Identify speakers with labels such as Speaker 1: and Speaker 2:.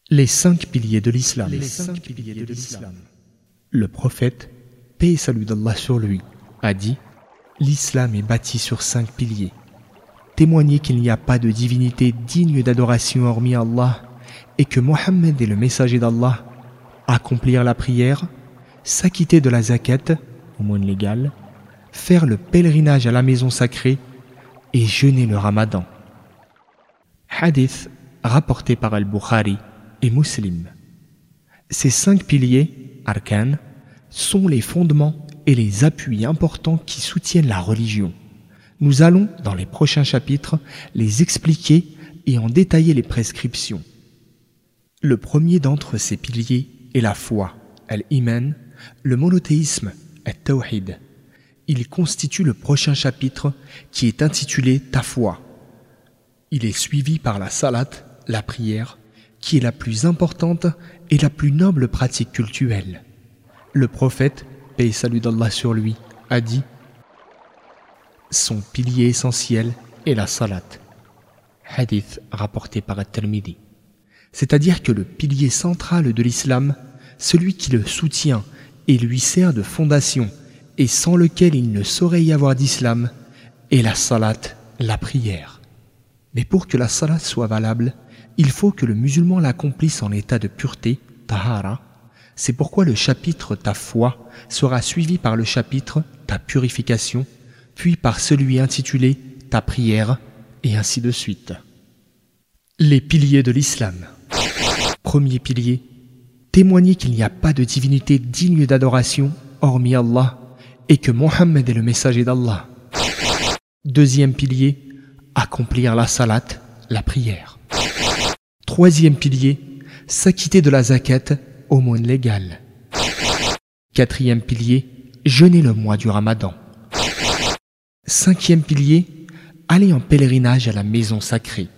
Speaker 1: Les 5 piliers de l'islam. Le prophète, paix et salut d'Allah sur lui, a dit « L'islam est bâti sur 5 piliers. Témoigner qu'il n'y a pas de divinité digne d'adoration hormis Allah et que Mohammed est le messager d'Allah, accomplir la prière, s'acquitter de la zakat, aumône légale, faire le pèlerinage à la maison sacrée et jeûner le ramadan. » Hadith rapporté par Al-Bukhari et Muslim. Ces 5 piliers, arkan, sont les fondements et les appuis importants qui soutiennent la religion. Nous allons, dans les prochains chapitres, les expliquer et en détailler les prescriptions. Le premier d'entre ces piliers est la foi, al-iman, le monothéisme, at-tawhid. Il constitue le prochain chapitre qui est intitulé « Ta foi ». Il est suivi par la salat, la prière, qui est la plus importante et la plus noble pratique cultuelle. Le prophète, paix et salut d'Allah sur lui, a dit « Son pilier essentiel est la salat ». Hadith rapporté par At-Tirmidhi. C'est-à-dire que le pilier central de l'islam, celui qui le soutient et lui sert de fondation et sans lequel il ne saurait y avoir d'islam, est la salat, la prière. Mais pour que la salat soit valable, il faut que le musulman l'accomplisse en état de pureté, tahara. C'est pourquoi le chapitre Ta foi sera suivi par le chapitre Ta purification, puis par celui intitulé Ta prière, et ainsi de suite. Les piliers de l'islam. Premier pilier, témoigner qu'il n'y a pas de divinité digne d'adoration hormis Allah et que Mohammed est le messager d'Allah. Deuxième pilier, accomplir la salat, la prière. Troisième pilier, s'acquitter de la zakat, aumône légale. Quatrième pilier, jeûner le mois du ramadan. Cinquième pilier, aller en pèlerinage à la maison sacrée.